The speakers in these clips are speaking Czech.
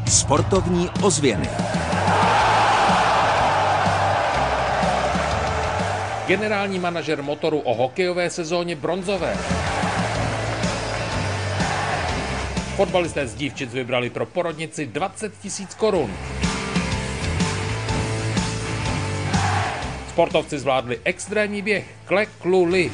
Sportovní ozvěny. Generální manažer Motoru o hokejové sezóně bronzové. Fotbalisté z Dívčic vybrali pro porodnici 20 000 korun. Sportovci zvládli extrémní běh Klek-Lu-Li.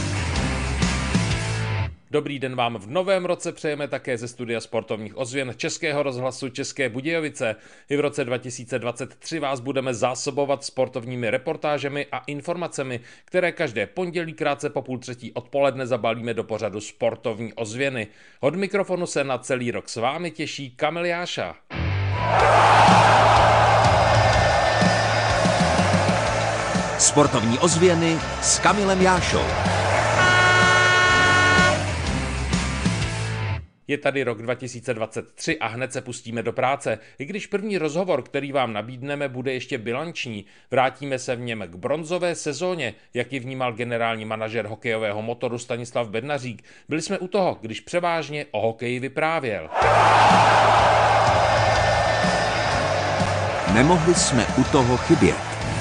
Dobrý den vám v novém roce přejeme také ze studia sportovních ozvěn Českého rozhlasu České Budějovice. I v roce 2023 vás budeme zásobovat sportovními reportážemi a informacemi, které každé pondělí krátce po 2:30 odpoledne zabalíme do pořadu Sportovní ozvěny. Od mikrofonu se na celý rok s vámi těší Kamil Jáša. Sportovní ozvěny s Kamilem Jášou. Je tady rok 2023 a hned se pustíme do práce. I když první rozhovor, který vám nabídneme, bude ještě bilanční, vrátíme se v něm k bronzové sezóně, jak ji vnímal generální manažer hokejového Motoru Stanislav Bednařík. Byli jsme u toho, když převážně o hokeji vyprávěl. Nemohli jsme u toho chybět.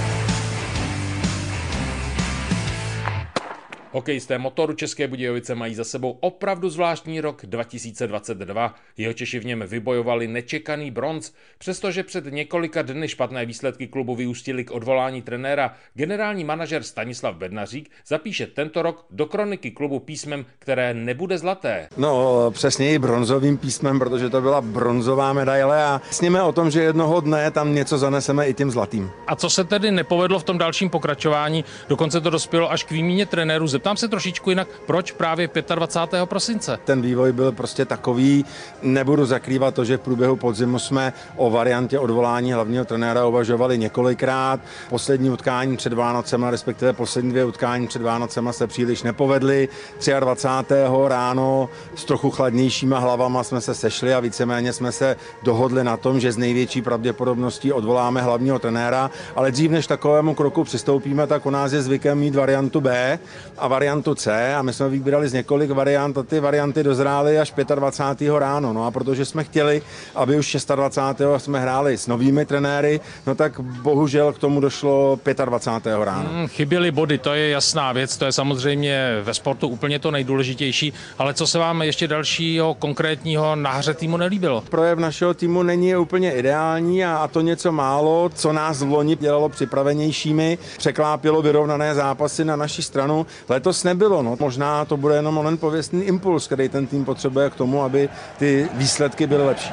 Hokejisté Motoru České Budějovice mají za sebou opravdu zvláštní rok 2022. Jeho Češi v něm vybojovali nečekaný bronz, přestože před několika dny špatné výsledky klubu vyústily k odvolání trenéra. Generální manažer Stanislav Bednařík zapíše tento rok do kroniky klubu písmem, které nebude zlaté. No, přesněji bronzovým písmem, protože to byla bronzová medaile a sníme o tom, že jednoho dne tam něco zaneseme i tím zlatým. A co se tedy nepovedlo v tom dalším pokračování? Dokonce to dospělo až k výměně trenérů. Zeptám se trošičku jinak, proč právě 25. prosince? Ten vývoj byl prostě takový, nebudu zakrývat to, že v průběhu podzimu jsme o variantě odvolání hlavního trenéra uvažovali několikrát. Poslední utkání před Vánocema, respektive poslední 2 utkání před Vánocema se příliš nepovedly. 23. ráno s trochu chladnějšíma hlavama jsme se sešli a víceméně jsme se dohodli na tom, že z největší pravděpodobností odvoláme hlavního trenéra, ale dřív než takovému kroku přistoupíme, tak u nás je zvykem mít variantu B a variantu C a my jsme vybírali z několik variant a ty varianty dozrály až 25. ráno. No a protože jsme chtěli, aby už 26. jsme hráli s novými trenéry, no tak bohužel k tomu došlo 25. ráno. Chyběly body, to je jasná věc, to je samozřejmě ve sportu úplně to nejdůležitější, ale co se vám ještě dalšího konkrétního na hře týmu nelíbilo? Projev našeho týmu není úplně ideální a to něco málo, co nás v loni dělalo připravenějšími, překlápilo vyrovnané zápasy na naši stranu. Letos nebylo, no. Možná to bude jenom onen pověstný impuls, který ten tým potřebuje k tomu, aby ty výsledky byly lepší.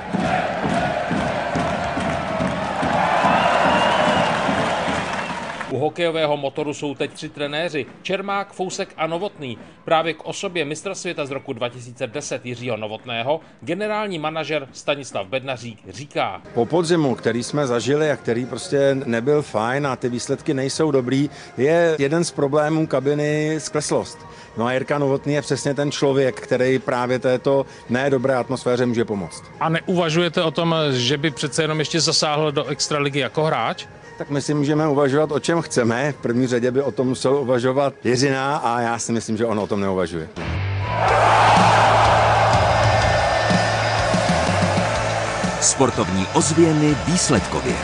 U hokejového Motoru jsou teď 3 trenéři, Čermák, Fousek a Novotný. Právě k osobě mistra světa z roku 2010 Jiřího Novotného generální manažer Stanislav Bednařík říká. Po podzimu, který jsme zažili a který prostě nebyl fajn a ty výsledky nejsou dobrý, je jeden z problémů kabiny skleslost. No a Jirka Novotný je přesně ten člověk, který právě této nedobré atmosféře může pomoct. A neuvažujete o tom, že by přece jenom ještě zasáhl do extraligy jako hráč? Tak my si můžeme uvažovat, o čem chceme. V první řadě by o tom musel uvažovat Jiřina a já si myslím, že on o tom neuvažuje. Sportovní ozvěny výsledkově.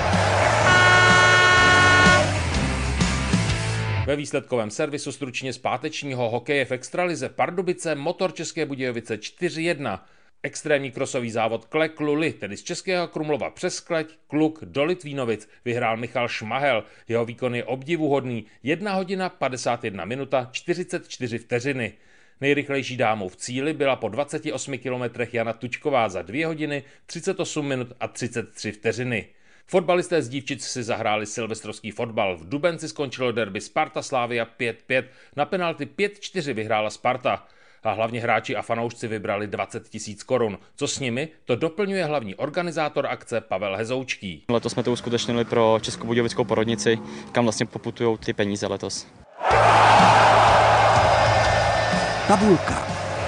Ve výsledkovém servisu stručně z pátečního hokeje v extralize Pardubice Motor České Budějovice 4-1. Extrémní krosový závod Klek-Lu-Li, tedy z Českého Krumlova přes Kleť, Kluk do Litvínovic, vyhrál Michal Šmahel. Jeho výkon je obdivuhodný. 1 hodina 51 minuta 44 vteřiny. Nejrychlejší dámou v cíli byla po 28 kilometrech Jana Tučková za 2 hodiny 38 minut a 33 vteřiny. Fotbalisté z Dívčic si zahráli silvestrovský fotbal. V Dubenci skončilo derby Sparta Slavia 5-5. Na penalty 5-4 vyhrála Sparta. A hlavně hráči a fanoušci vybrali 20 000 korun. Co s nimi, to doplňuje hlavní organizátor akce Pavel Hezoučký. Letos jsme to uskutečnili pro Českobudějovickou porodnici, kam vlastně poputujou ty peníze letos. Tabulka.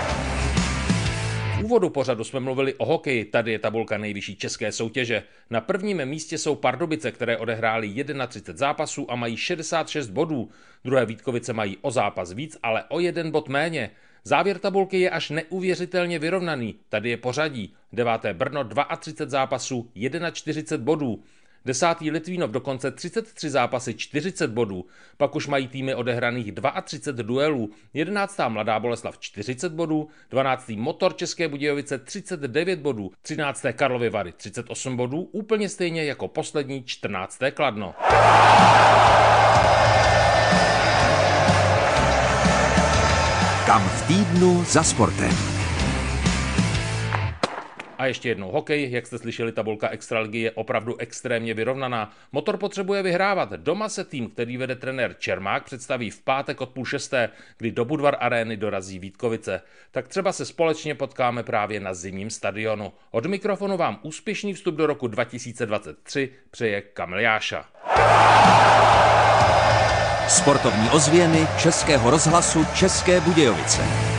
V úvodu pořadu jsme mluvili o hokeji, tady je tabulka nejvyšší české soutěže. Na prvním místě jsou Pardubice, které odehrály 31 zápasů a mají 66 bodů. Druhé Vítkovice mají o zápas víc, ale o 1 bod méně. Závěr tabulky je až neuvěřitelně vyrovnaný. Tady je pořadí. 9. Brno 32 zápasů, 41 bodů. 10. Litvínov dokonce 33 zápasy, 40 bodů. Pak už mají týmy odehraných 32 duelů. 11. Mladá Boleslav 40 bodů, 12. Motor České Budějovice 39 bodů, 13. Karlovy Vary 38 bodů, úplně stejně jako poslední 14. Kladno. Kam v týdnu za sportem. A ještě jednou hokej, jak jste slyšeli, tabulka extraligy je opravdu extrémně vyrovnaná. Motor potřebuje vyhrávat. Doma se tým, který vede trenér Čermák, představí v pátek od 5:30, kdy do Budvar Arény dorazí Vítkovice. Tak třeba se společně potkáme právě na zimním stadionu. Od mikrofonu vám úspěšný vstup do roku 2023 přeje Kamil Jáša. Sportovní ozvěny Českého rozhlasu České Budějovice.